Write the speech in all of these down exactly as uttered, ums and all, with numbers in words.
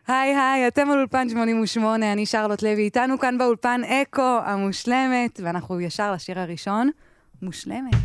היי היי, אתם על אולפן שמונים ושמונה, אני שרלוט לוי, איתנו כאן באולפן אקו המושלמת, ואנחנו ישר לשיר הראשון, מושלמת.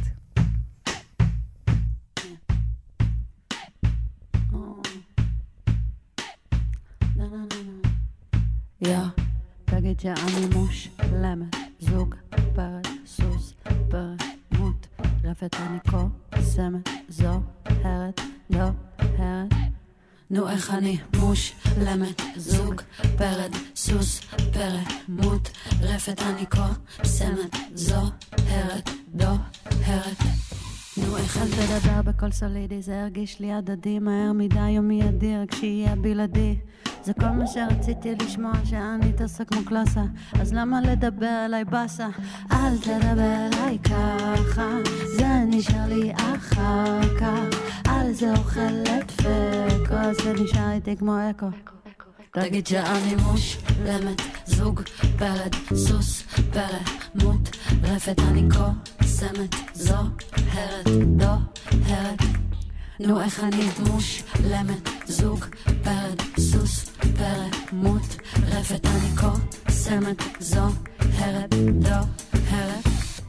יא, תגיד שאני מושלמת, זוג, פרד, סוס, פרד, מות, רפת אני קוסמת, זו, הרת, דו, הרת. נו איך אני מושלמת, זוג, פרד, סוס, פרד, מות, רפת אני קוסמת, זו, הרת, דו, הרת. נו איך אני תדבר בכל סולידי, זה הרגיש לי הדדי, מהר מדי או מיידי, רק שיהיה בלעדי. זה כל מה שרציתי לשמוע, שאני תעשה כמו קלאסה, אז למה לדבר אליי בסה? אל תדבר אליי ככה, זה נשאר לי אחר כך, על זה אוכלת פקו, אז זה נשאר איתי כמו אקו. תגיד שאני מושלמת, זוג, פרד, סוס, פרד, מות, רפת אני קוסמת, זו, הרת, דו, הרת. נו איך אני מושלמת, זוג, פרד, סוס, פרד, מות, רפת אני קוסמת, זו, הרת, דו, הרת.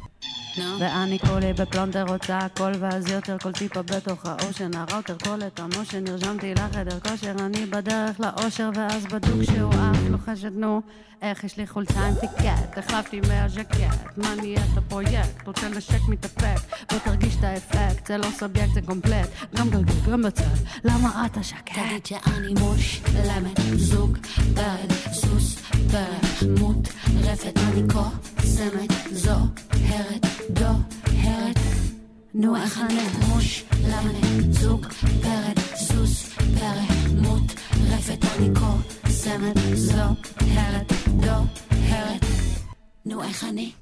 ואני קולי בפלונטר רוצה הכל ואז יותר כל טיפה בתוך האושן הראוטר כל את המושן נרשמתי לחדר כושר אני בדרך לאושר ואז בדוק שהוא אף לוחשת נו איך יש לי חולצה עם טיקט החלפתי מהז'קט מה נהיה את הפרויקט רוצה לשק מתאפק בוא תרגיש את האפקט זה לא סובייקט זה קומפלט גם גלגל גם בצד למה אתה שקט תגיד שאני מושלמת זוג פרד סוס פרד מות רפת אני קוסמת זו הרת דו הרת נו איך אני מושלמת זוג פרד סוס פרד מות רפת אני קוסמת זו הרת דו הרת נו איך אני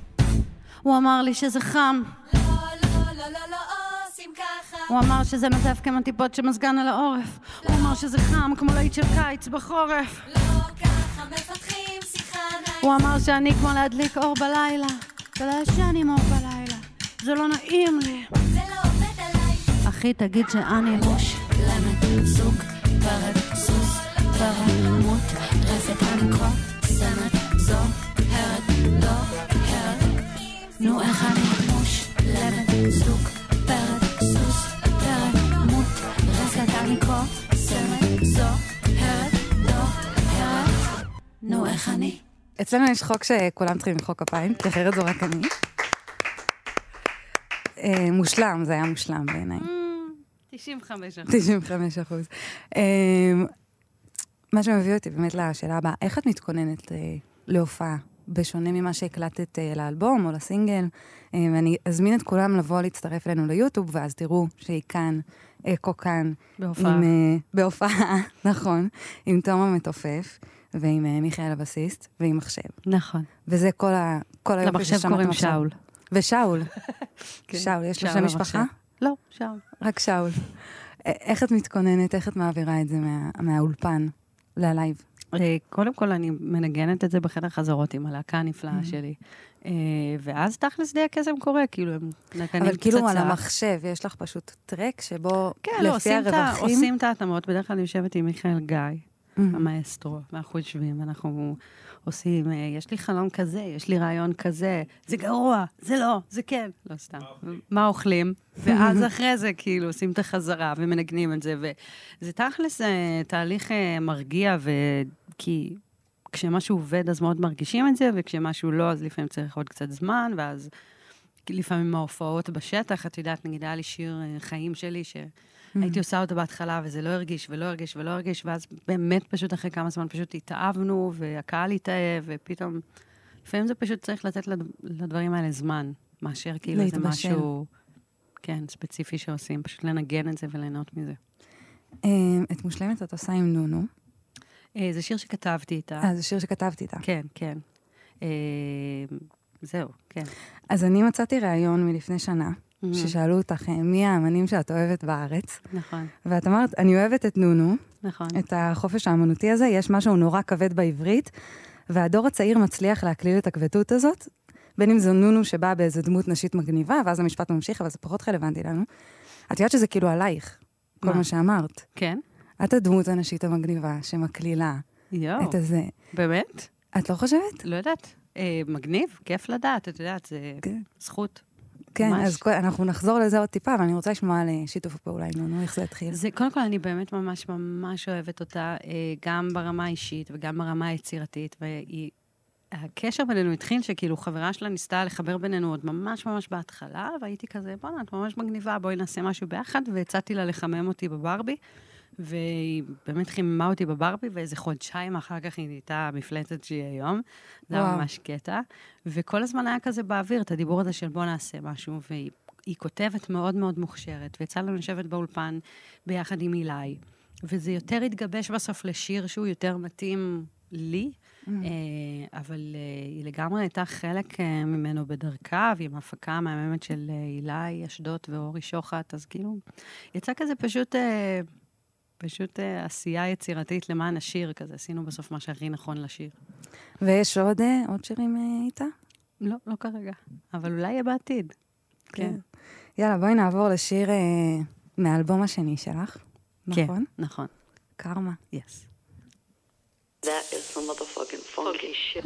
הוא אמר לי שזה חם לא לא לא לא לא עושים ככה הוא אמר שזה נטף כמו טיפות שמזגן על העורף הוא אמר שזה חם כמו להיט של קיץ בחורף לא ככה מפתחים שיחה נייס הוא אמר שאני כמו להדליק אור בלילה ולשן עם אור בלילה זה לא נעים לי זה לא עובד עליי אחי תגיד שאני מושלמת זוג פרד סוס פרד מות רפת אני קוסמת זו הרת לא הרת נו איך אני מושלמת זוג פרד סוס פרד מות רפת אני קוסמת זו הרת לא הרת נו איך אני אצלנו יש חוק שכולם צריכים למחוא כפיים, כי אחרת זו רק אני. מושלם, זה היה מושלם בעיניי. תשעים וחמש אחוז. תשעים וחמש אחוז. מה שמביא אותי באמת לשאלה הבאה, איך את מתכוננת להופעה, בשונה ממה שהקלטת לאלבום או לסינגל, ואני אזמין את כולם לבוא להצטרף אלינו ליוטיוב, ואז תראו שהיא כאן, אקו כאן. בהופעה. בהופעה, נכון, עם תום המתופף. ועם מיכאל הבסיסט, ועם מחשב. נכון. וזה כל ה... כל היום למחשב קוראים שאול. ושאול. שאול, יש לך שם משפחה? לא, שאול. רק שאול. איך את מתכוננת, איך את מעבירה את זה מהאולפן ללייב? קודם כל אני מנגנת את זה בחדר חזרות עם הלהקה הנפלאה שלי. ואז תכלס די הקסם קורה, כאילו הם נתנים פצצה. אבל כאילו על המחשב, יש לך פשוט טרק שבו לפי הרווחים... עושים את ההתאמות, בדרך כלל אני יושבת עם מיכאל גיא. המאסטרו, ואנחנו יושבים, אנחנו עושים, יש לי חלום כזה, יש לי רעיון כזה, זה גרוע, זה לא, זה כן, לא סתם. מה אוכלים? ואז אחרי זה כאילו עושים את החזרה ומנגנים את זה, וזה תכלס תהליך מרגיע, כי כשמשהו עובד אז מאוד מרגישים את זה, וכשמשהו לא אז לפעמים צריך עוד קצת זמן, ואז לפעמים ההופעות בשטח, את יודעת, נגיד היה לי שיר חיים שלי ש... הייתי עושה אותו בהתחלה, וזה לא הרגיש, ולא הרגיש, ולא הרגיש, ואז באמת פשוט אחרי כמה זמן פשוט התאהבנו, והקהל התאהב, ופתאום, לפעמים זה פשוט צריך לתת לדברים האלה זמן, מאשר כאילו זה משהו, כן, ספציפי שעושים, פשוט לנגן את זה וליהנות מזה. את מושלמת את עושה עם נונו? זה שיר שכתבתי איתה. אה, זה שיר שכתבתי איתה. כן, כן. זהו, כן. אז אני מצאתי ראיון מלפני שנה, ששאלו אותך, מי האמנים שאת אוהבת בארץ? נכון. ואת אמרת, אני אוהבת את נונו, נכון. את החופש האמנותי הזה, יש משהו נורא כבד בעברית, והדור הצעיר מצליח להקליל את הכבדות הזאת, בין אם זו נונו שבאה באיזו דמות נשית מגניבה, ואז המשפט ממשיך, אבל זה פחות רלוונטי לנו. את יודעת שזה כאילו עלייך, כל מה שאמרת. כן. את הדמות הנשית המגניבה שמקלילה יואו. את הזה. באמת? את לא חושבת? לא יודעת. אה, מגניב, כיף לדעת, את יודעת, זה כן. זכות. כן, ממש. אז כל- אנחנו נחזור לזה עוד טיפה, אבל אני רוצה לשמוע על אה, שיתוף הפעולה עם נונו, איך זה התחיל. זה, קודם כל, אני באמת ממש ממש אוהבת אותה, אה, גם ברמה האישית וגם ברמה היצירתית, והיא... הקשר בינינו התחיל שכאילו חברה שלה ניסתה לחבר בינינו עוד ממש ממש בהתחלה, והייתי כזה, בוא'נה, את ממש מגניבה, בואי נעשה משהו ביחד, והצעתי לה לחמם אותי בברבי, והיא באמת חיממה אותי בברבי, ואיזה חודשיים אחר כך היא נהייתה מפלצת שהיא היום. זה היה וואו. ממש קטע. וכל הזמן היה כזה באוויר, את הדיבור הזה של בוא נעשה משהו, והיא היא כותבת מאוד מאוד מוכשרת, ויצא לנו לשבת באולפן ביחד עם אילי, וזה יותר התגבש בסוף לשיר שהוא יותר מתאים לי, אה, אבל אה, היא לגמרי הייתה חלק אה, ממנו בדרכה, ועם ההפקה המהממת של אה, אילי, אשדוד ואורי שוחט, אז כאילו, יצא כזה פשוט... אה, פשוט אה, עשייה יצירתית למען השיר כזה, עשינו בסוף מה שהכי נכון לשיר. ויש עוד אה, עוד שירים אה, איתה? לא, לא כרגע, אבל אולי יהיה בעתיד. כן. יאללה, בואי נעבור לשיר אה, מהאלבום השני שלך, כן, נכון? נכון. קרמה. Yes. That is some motherfucking funky shit.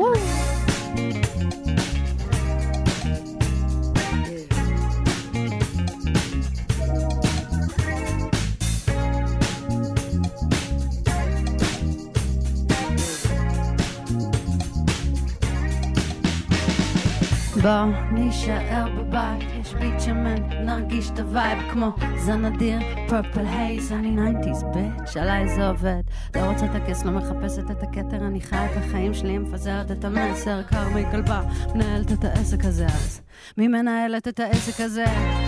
בוא נשאר בבית, יש ביט שמן, נרגיש את הווייב כמו זנדיר, פרפל הייז, אני ניינטיז ביץ', עליי זה עובד. לא רוצה את הכס, לא מחפשת את הכתר, אני חי את החיים שלי, מפזרת את המסר, קרמי כלבה, מנהלת את העסק הזה אז. מי מנהלת את העסק הזה?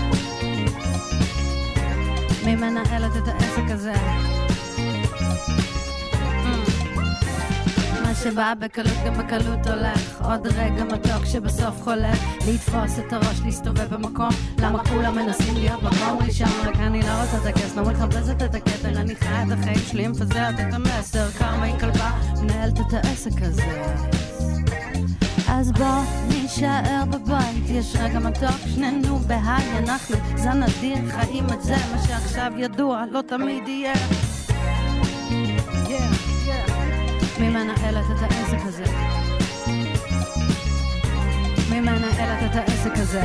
מי מנהלת את העסק הזה? שבא בקלות גם בקלות הולך, עוד רגע מתוק שבסוף חולק, לתפוס את הראש, להסתובב במקום, למה כולם מנסים להיות מקום ראשון, רק אני לא רוצה את הכס, לא מחפשת את הכתר, אני חי את החיים שלי, מפזרת את המסר, קרמה היא כלבה, מנהלת את העסק הזה. אז בוא נשאר בבית, יש רגע מתוק, שנינו בהיי, אנחנו זנדיר, חיים את זה, מה שעכשיו ידוע, לא תמיד יהיה. מי מנהלת את העסק הזה? מי מנהלת את העסק הזה?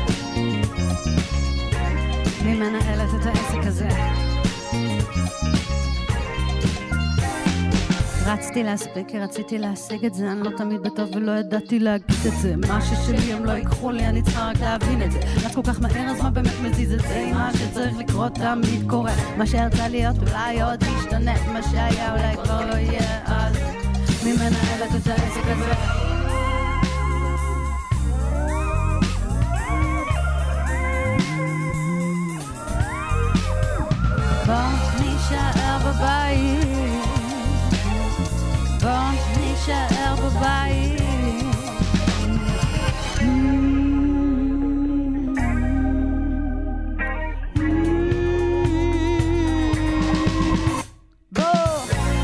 מי מנהלת את העסק הזה? רצתי להספיק, כי רציתי להשיג את זה, אני לא תמיד בטוב ולא ידעתי להגיד את זה. מה ששלי הם לא ייקחו לי, אני צריכה רק להבין את זה. רץ כל כך מהר, אז מה באמת מזיז את זה? מה שצריך לקרות תמיד קורה, מה שירצה להיות אולי עוד ישתנה, מה שהיה אולי כבר לא יהיה אז. מי מנהלת את העסק הזה? בוא נשאר בבית, בוא נשאר בבית. בוא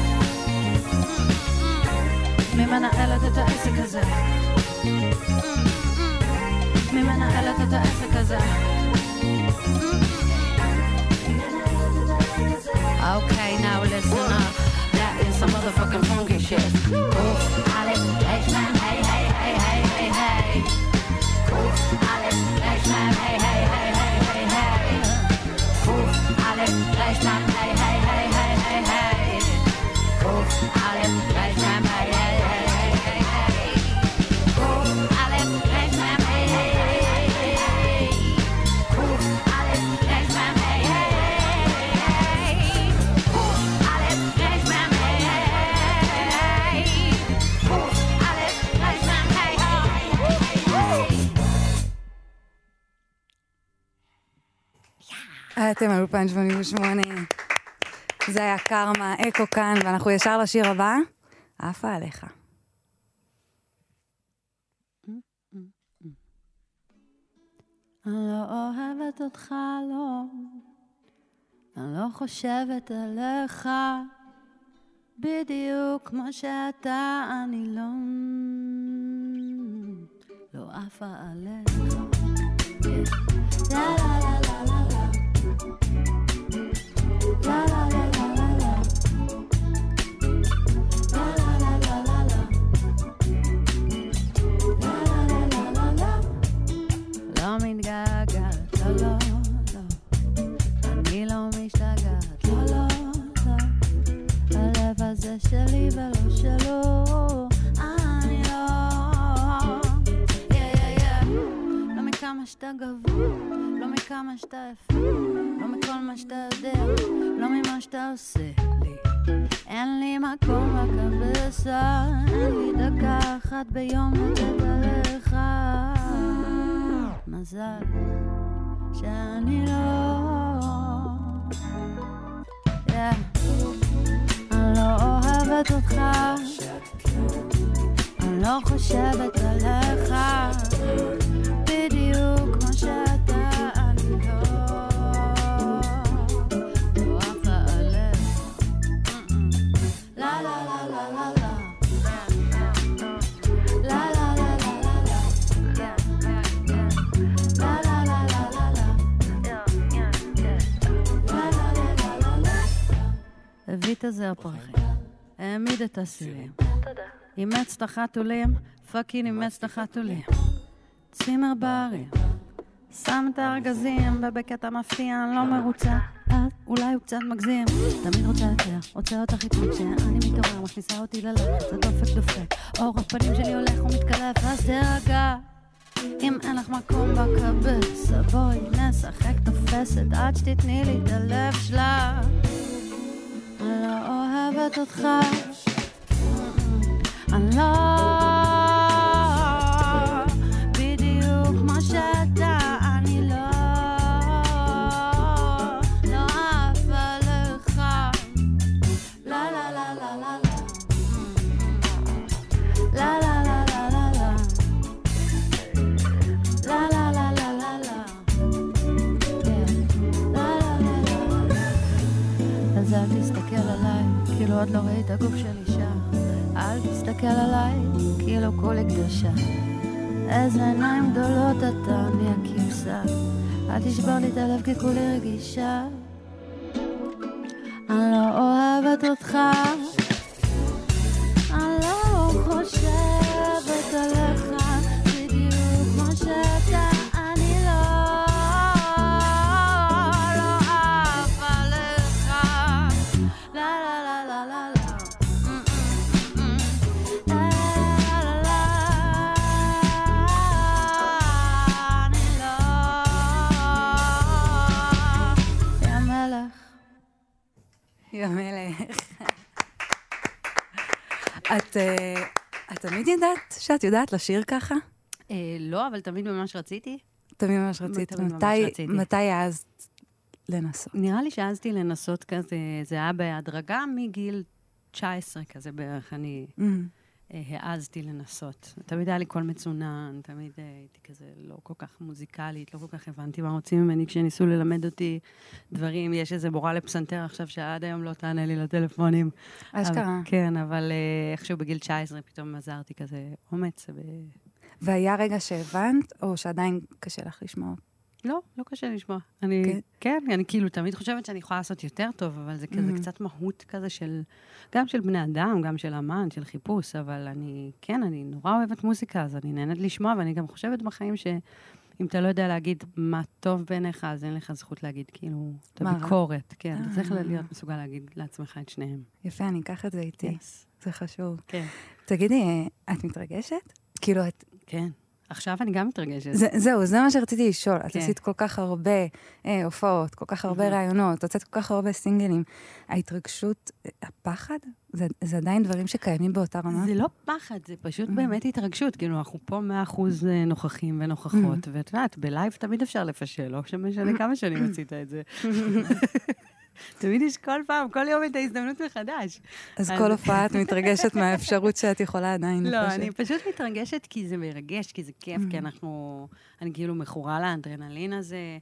מי מנהלת את העסק הזה? מי מנהלת את העסק הזה? Okay, now listen up. That is some motherfucking funky shit. Oof, Alex, H-Man, hey, hey, hey, hey, hey, hey. Oof, Alex, H-Man, hey, hey, hey, hey, hey, hey. Oof, Alex, H-Man, hey, hey, hey, hey, hey, hey. Oof, Alex, H-Man, hey, hey, hey, hey, hey, hey. Oof, Alex, H-Man, hey, hey, hey, hey, hey, hey. Oof, Alex, H-Man, hey, hey, hey, hey, hey. אתם על אולפן שמונים ושמונה. זה היה קרמה, אקו כאן, ואנחנו ישר לשיר הבא. עפה עליך. אני לא אוהבת אותך, לא. אני לא חושבת עליך. בדיוק כמו שאתה, אני לא. לא עפה עליך. לה לה לה לה לה לה לה לה לה לה לה זה שלי ולא שלו. אני לא, yeah, yeah, yeah. לא מכמה שאתה גבוה, לא מכמה שאתה יפה, לא מכל מה שאתה יודע, לא ממה שאתה עושה לי. אין לי מקום בקבסה, אין לי דקה אחת ביום לתת עליך. מזל שאני לא, yeah. אני לא אוהבת אותך, אני לא חושבת עליך, בדיוק כמו שאתה. אני לא, לא עפה עליך. לה לה לה לה לה לה לה לה לה הביא את הזר פרחים, העמיד את הסירים, אימץ את החתולים, פאקינג אימץ את החתולים, צימר בערים, שם את הארגזים, ובקטע מפתיע, אני לא מרוצה, אז אולי הוא קצת מגזים, תמיד רוצה יותר, רוצה אותך איתי, כשאני מתעורר, מכניסה אותי ללחץ, הדופק דופק, אור הפנים שלי הולך ומתקלף, אז תרגע, אם אין לך מקום בקבס, בואי נשחק תופסת, עד שתתני לי את הלב שלה. אני לא אוהבת אותך, אני לא, בדיוק כמו שאתה, אני לא, לא עפה לך. לה לה לה לה לה לה לה לה לה לה לה לה לה לה לה לה. אז אל תסתכל עליי, כאילו עוד לא ראית גוף של אישה. אל תסתכל עליי, כאילו כולי קדושה. איזה עיניים גדולות אתה, אני הכבשה. אל תשבור לי את הלב כי כולי רגישה. אני לא אוהבת אותך, אני לא חושבת עליך, בדיוק כמו שאתה. אני לא, לא עפה לך. לה לה לה לה לה לה. יא מלך. את את תמיד ידעת שאת יודעת לשיר ככה? לא, אבל תמיד ממש רציתי. תמיד ממש רצית. מתי העזת לנסות? נראה לי שעזתי לנסות כזה, זה היה בהדרגה מגיל תשע עשרה כזה בערך, אני העזתי לנסות. תמיד היה לי קול מצונן, תמיד הייתי כזה לא כל כך מוזיקלית, לא כל כך הבנתי מה רוצים ממני כשניסו ללמד אותי דברים. יש איזה מורה לפסנתר עכשיו שעד היום לא תענה לי לטלפונים. אשכרה. כן, אבל איכשהו בגיל תשע עשרה פתאום עזרתי כזה אומץ. והיה רגע שהבנת, או שעדיין קשה לך לשמוע? לא, לא קשה לשמוע. אני, כן, אני כאילו תמיד חושבת שאני יכולה לעשות יותר טוב, אבל זה כזה קצת מהות כזה של, גם של בני אדם, גם של אמן, של חיפוש, אבל אני, כן, אני נורא אוהבת מוזיקה, אז אני נהנית לשמוע, ואני גם חושבת בחיים שאם אתה לא יודע להגיד מה טוב בעיניך, אז אין לך זכות להגיד, כאילו, את הביקורת, כן, אתה צריך להיות מסוגל להגיד לעצמך את שניהם. יפה, אני אקח את זה איתי. זה חשוב. כן. תגידי, את מתרגשת? כאילו, את... כן. עכשיו אני גם מתרגשת. זהו, זה מה שרציתי לשאול. את עשית כל כך הרבה הופעות, כל כך הרבה רעיונות, הוצאת כל כך הרבה סינגלים. ההתרגשות, הפחד, זה עדיין דברים שקיימים באותה רמה? זה לא פחד, זה פשוט באמת התרגשות. כאילו, אנחנו פה מאה אחוז נוכחים ונוכחות, ואת יודעת, בלייב תמיד אפשר לפשל, לא שמשנה כמה שנים עשית את זה. תמיד יש כל פעם, כל יום את ההזדמנות מחדש. אז כל הופעה את מתרגשת מהאפשרות שאת יכולה עדיין לפשט. לא, אני פשוט מתרגשת כי זה מרגש, כי זה כיף, כי אנחנו, אני כאילו מכורה לאנדרנלין הזה,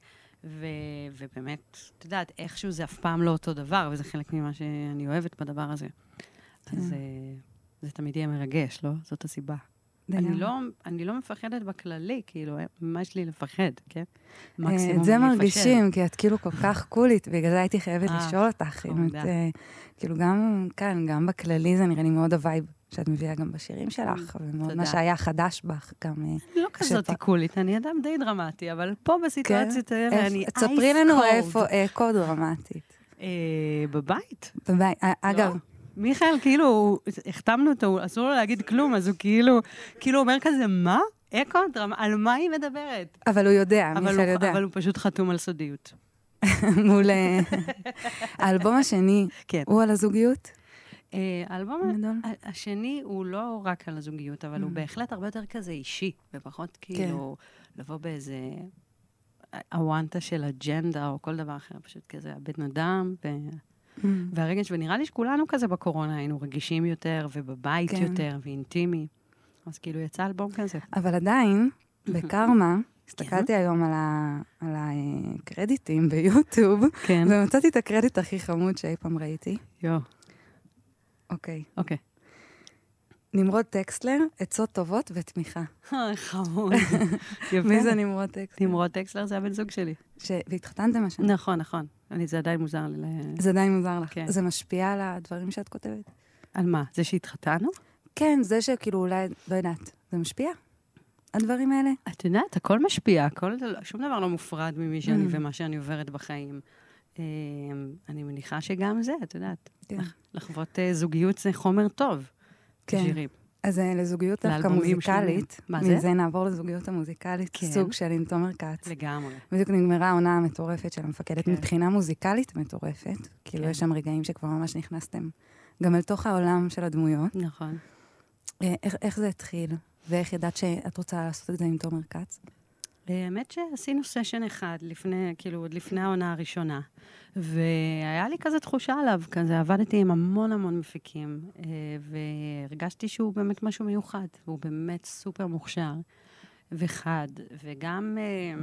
ובאמת, את יודעת, איכשהו זה אף פעם לא אותו דבר, וזה חלק ממה שאני אוהבת בדבר הזה. אז זה תמיד יהיה מרגש, לא? זאת הסיבה. אני לא, אני לא מפחדת בכללי, כאילו, מה יש לי לפחד, כן? את זה מרגישים, כי את כאילו כל כך קולית, בגלל זה הייתי חייבת לשאול אותך. כאילו, גם כאן, גם בכללי, זה נראה לי מאוד הווייב שאת מביאה גם בשירים שלך, ומאוד מה שהיה חדש בך, גם... לא כזאת קולית, אני אדם די דרמטי, אבל פה בסיטואציות האלה, אני אייס קולד. תספרי לנו איפה אקו דרמטית. בבית. בבית, אגב. מיכאל, כאילו, החתמנו אותו, אסור לו להגיד כלום, אז הוא כאילו, כאילו אומר כזה, מה? אקו? על מה היא מדברת? אבל הוא יודע, מיכאל יודע. אבל הוא פשוט חתום על סודיות. מול האלבום השני, הוא על הזוגיות? האלבום השני הוא לא רק על הזוגיות, אבל הוא בהחלט הרבה יותר כזה אישי, ופחות כאילו לבוא באיזה הוואנטה של אג'נדה או כל דבר אחר, פשוט כזה הבן אדם והרגש, ונראה לי שכולנו כזה בקורונה היינו רגישים יותר ובבית יותר ואינטימי, אז כאילו יצא אלבום כזה. אבל עדיין, בקרמה, הסתכלתי היום על הקרדיטים ביוטיוב, ומצאתי את הקרדיט הכי חמוד שאי פעם ראיתי. יו. אוקיי. אוקיי. נמרוד טקסלר, עצות טובות ותמיכה. אוי, חמוד. מי זה נמרוד טקסלר? נמרוד טקסלר זה הבן זוג שלי. והתחתנתם השנה? נכון, נכון. זה עדיין מוזר לי. זה עדיין מוזר לך. זה משפיע על הדברים שאת כותבת? על מה? זה שהתחתנו? כן, זה שכאילו אולי, לא יודעת, זה משפיע? הדברים האלה? את יודעת, הכל משפיע, הכל, שום דבר לא מופרד ממי שאני ומה שאני עוברת בחיים. אני מניחה שגם זה, את יודעת. לחוות זוגיות זה חומר טוב. כן. אז לזוגיות דווקא מוזיקלית. מה זה? מזה נעבור לזוגיות המוזיקלית, סוג של עם תומר כץ. לגמרי. בדיוק נגמרה העונה המטורפת של המפקדת, מבחינה מוזיקלית מטורפת. כאילו יש שם רגעים שכבר ממש נכנסתם גם אל תוך העולם של הדמויות. נכון. איך זה התחיל? ואיך ידעת שאת רוצה לעשות את זה עם תומר כץ? האמת שעשינו סשן אחד, לפני, כאילו, עוד לפני העונה הראשונה, והיה לי כזה תחושה עליו, כזה עבדתי עם המון המון מפיקים, והרגשתי שהוא באמת משהו מיוחד, והוא באמת סופר מוכשר וחד, וגם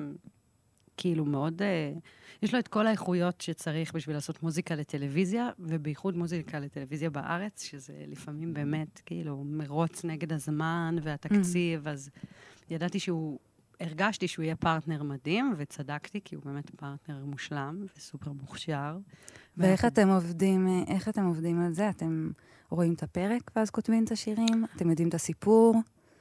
כאילו מאוד, יש לו את כל האיכויות שצריך בשביל לעשות מוזיקה לטלוויזיה, ובייחוד מוזיקה לטלוויזיה בארץ, שזה לפעמים באמת כאילו מרוץ נגד הזמן והתקציב, אז ידעתי שהוא, הרגשתי שהוא יהיה פרטנר מדהים, וצדקתי, כי הוא באמת פרטנר מושלם וסופר מוכשר. ואיך אתם עובדים, איך אתם עובדים על זה? אתם רואים את הפרק ואז כותבים את השירים? אתם יודעים את הסיפור?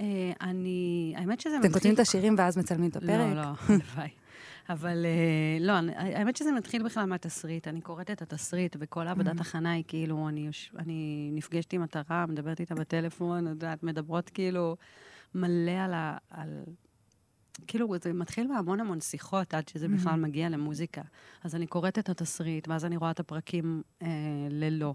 אני, האמת שזה מתחיל... אתם כותבים את השירים ואז מצלמים את הפרק? לא, לא, הלוואי. אבל לא, האמת שזה מתחיל בכלל מהתסריט. אני קוראת את התסריט, וכל עבודת הכנה היא כאילו, אני נפגשת עם מטרה, מדברת איתה בטלפון, יודעת, מדברות כאילו מלא על... כאילו, זה מתחיל מהמון המון שיחות, עד שזה בכלל מגיע למוזיקה. אז אני קוראת את התסריט, ואז אני רואה את הפרקים ללא.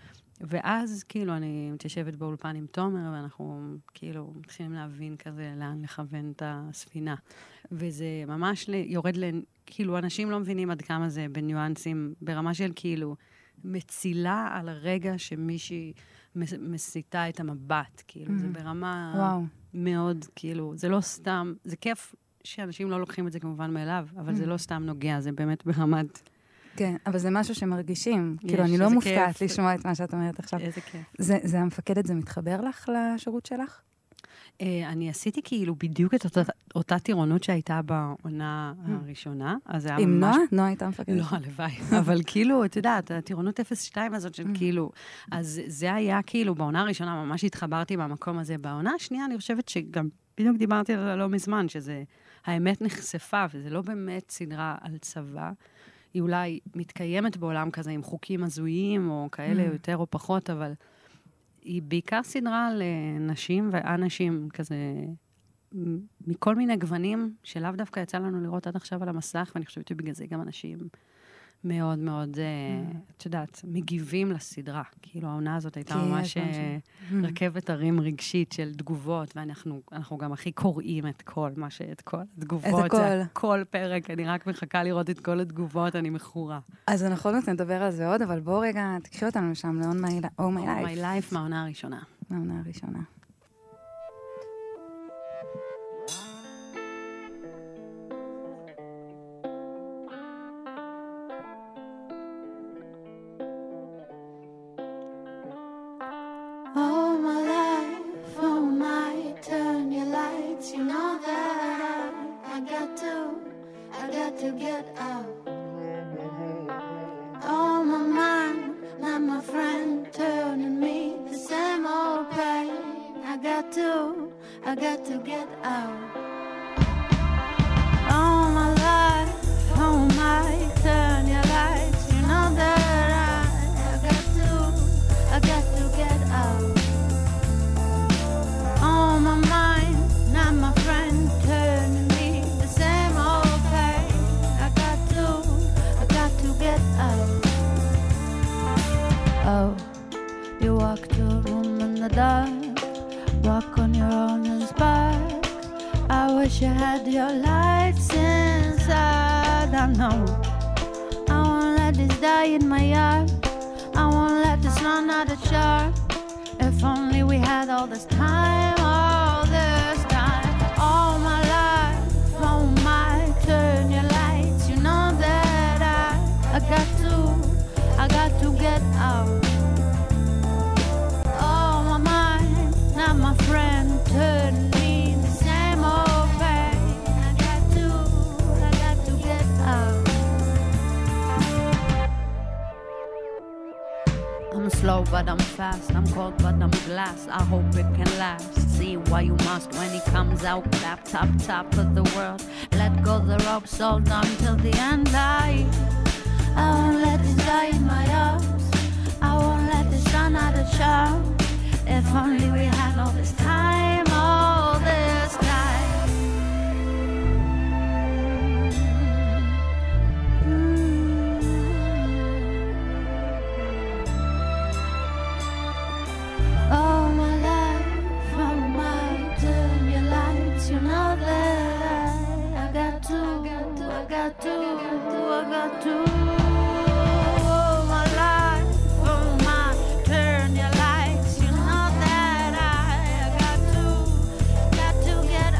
ואז, כאילו, אני מתיישבת באולפן עם תומר, ואנחנו, כאילו, מתחילים להבין כזה לאן לכוון את הספינה. וזה ממש יורד ל... כאילו, אנשים לא מבינים עד כמה זה בניואנסים, ברמה של, כאילו, מצילה על הרגע שמישהי מסיתה את המבט. כאילו, זה ברמה... וואו. מאוד, כאילו, זה לא סתם... זה כיף שאנשים לא לוקחים את זה כמובן מאליו, אבל זה לא סתם נוגע, זה באמת ברמת... כן, אבל זה משהו שמרגישים. כאילו, אני לא מופתעת לשמוע את מה שאת אומרת עכשיו. איזה כיף. זה המפקדת, זה מתחבר לך לשירות שלך? אני עשיתי כאילו בדיוק את אותה טירונות שהייתה בעונה הראשונה. עם נועה? נועה הייתה מפקדת? לא, הלוואי. אבל כאילו, את יודעת, הטירונות אפס שתיים הזאת של כאילו... אז זה היה כאילו, בעונה הראשונה ממש התחברתי במקום הזה. בעונה השנייה אני חושבת שגם בדיוק דיברתי על זה לא מזמן, שזה האמת נחשפה, וזה לא באמת סדרה על צבא. היא אולי מתקיימת בעולם כזה עם חוקים הזויים, או כאלה יותר או פחות, אבל היא בעיקר סדרה לנשים ואנשים כזה, מכל מיני גוונים, שלאו דווקא יצא לנו לראות עד עכשיו על המסך, ואני חושבת שבגלל זה גם אנשים מאוד מאוד, את יודעת, מגיבים לסדרה. כאילו, העונה הזאת הייתה ממש רכבת הרים רגשית של תגובות, ואנחנו גם הכי קוראים את כל מה ש... את כל התגובות. את הכל. כל פרק, אני רק מחכה לראות את כל התגובות, אני מכורה. אז אנחנו נדבר על זה עוד, אבל בואו רגע, תקחי אותנו לשם, ל-On My Life. On My Life מהעונה הראשונה. מהעונה הראשונה. You know that I, I got to, I got to get out. Oh, my mind, not my friend, turning me the same old pain. I got to, I got to get out. Oh, my life, oh, my, turn your lights. You know that I, I got to, I got to. to a room in the dark. Walk on your own and spark. I wish you had your lights inside. I know I won't let this die in my yard. I won't let this run out of charm. If only we had all this time, all this time, all my life. Oh my, turn your lights. You know that I, I got to, I got to get out. Oh my mind, not my friend, turn me the same old pain. I got to, I got to get out. I'm slow but I'm fast, I'm cold but I'm glass. I hope it can last. See why you must when he comes out. Clap, top, top of the world. Let go the ropes, hold on till the end. I, I won't let this die in my arms. I won't let this run out of charm. If only we had all this time, all this time. All my life, all my, turn your lights. You know that I, I got to, I got to, I got to. All my life, all my, turn your lights. You know that I, I got to, got to get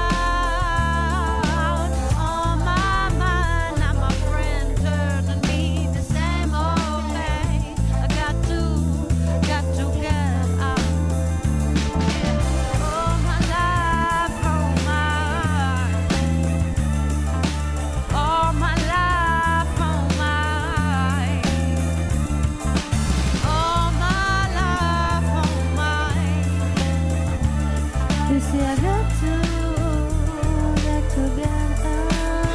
out. All my mind, not my friend, turning me the same old way. I got to, got to get out. All my life, all my, all my life, all my, all my life, all my. You see, I got to, got to get out.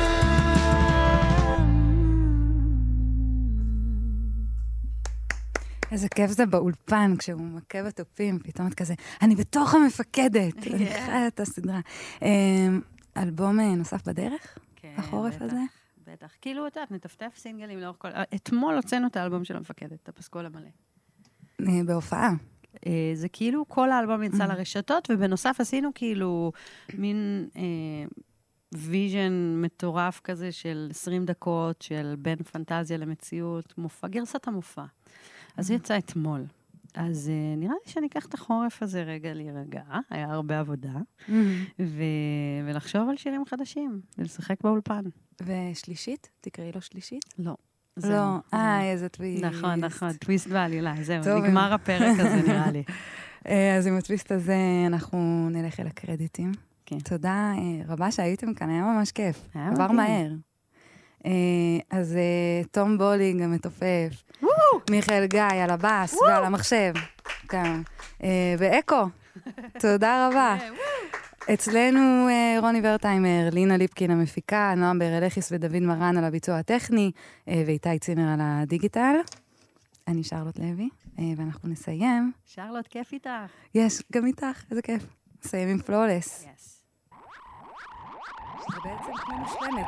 איזה כיף זה באולפן, כשהוא מכה בתופים, פתאום את כזה, אני בתוך המפקדת. אני חיה את הסדרה. אמ, אלבום אה, נוסף בדרך? כן, החורף בטח, הזה? בטח. כאילו, את יודעת, נטפטף סינגלים לאורך כל... אתמול הוצאנו את האלבום של המפקדת, את הפסקול המלא. אה, בהופעה. אה, זה כאילו, כל האלבום יצא לרשתות, ובנוסף עשינו כאילו מין אה, ויז'ן מטורף כזה של עשרים דקות, של בין פנטזיה למציאות, מופע, גרסת המופע. אז זה יצא אתמול. אז uh, נראה לי שאני אקח את החורף הזה רגע להירגע, היה הרבה עבודה, ו- ולחשוב על שירים חדשים, ולשחק באולפן. ושלישית? תקראי לו שלישית? לא. לא, אה, איזה טוויסט. נכון, נכון, טוויסט בעלילה, זהו, טוב, נגמר הפרק הזה נראה לי. אה, אז עם הטוויסט הזה אנחנו נלך אל הקרדיטים. כן. תודה אה, רבה שהייתם כאן, היה ממש כיף. היה עבר מדהים. מהר. אה, אז אה, תום בולינג המתופף, מיכאל גיא על הבאס ועל המחשב, גם, אה, ואקו, תודה רבה. אצלנו אה, רוני ורטיימר, לינה ליפקין המפיקה, נועם ברלכיס ודוד מרן על הביצוע הטכני, אה, ואיתי צימר על הדיגיטל. אני שרלוט לוי, אה, ואנחנו נסיים. שרלוט, כיף איתך. יש, גם איתך, איזה כיף. נסיים עם פלולס. יס. זה בעצם כמו מושלמת.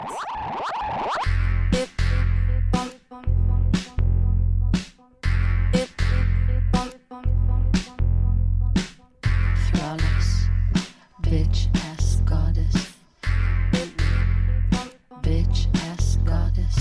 Flawless, bitch ass goddess. Bitch ass goddess.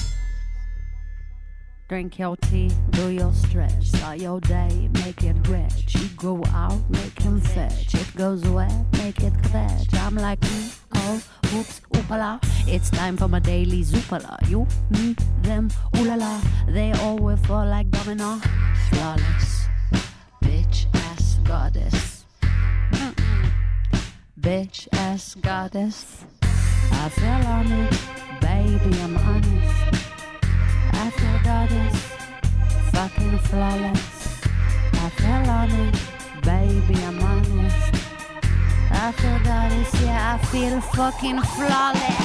Drink your tea, do your stretch. Start your day, make it rich. You go out, make him fetch. It goes wet, make it fetch. I'm like, mm, oh, oops, oopala. It's time for my daily zoopala. You, me, them, ooh la la. They all will fall like domino. Flawless, bitch ass goddess. Mm-mm. Bitch ass goddess. I fell on it, baby, I'm honest. I feel goddess, fucking flawless. I fell on it, baby, I'm honest. I feel goddess, yeah, I feel fucking flawless.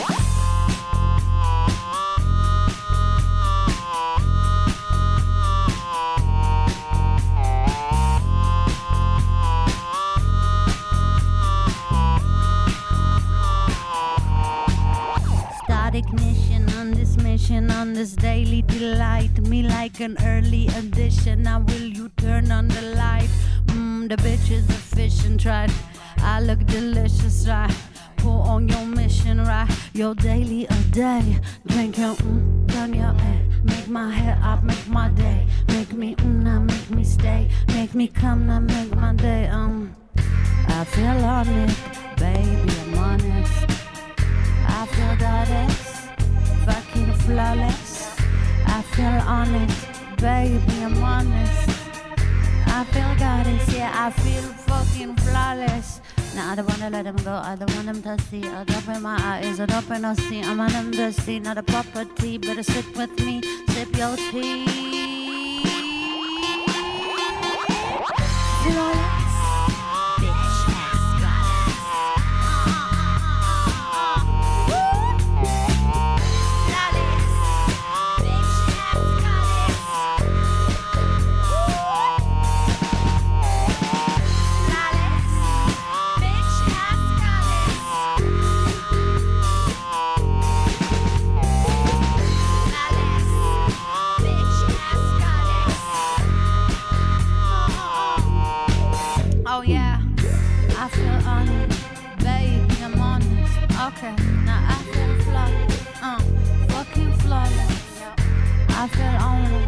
Ignition on this mission, on this daily delight. Me like an early edition. Now will you turn on the light? the bitches a fish and tried. I look delicious, right? Pull on your mission, right? Your daily a day. Drink your mm, turn your eh. Make my head up, make my day. Make me mm, now make me stay. Make me come, now make my day. Um, I feel on it, baby, I'm honest. I feel that it's fucking flawless. I feel on it, baby, I'm honest. I feel goddess, yeah, I feel fucking flawless. Now I don't wanna let them go, I don't want them to see. I'll open my eyes, I'll open no see. I'm on them to see, not a property. Better sit with me, sip your tea. Flawless. Okay, now I feel flawless, uh, fucking flawless. I feel on it,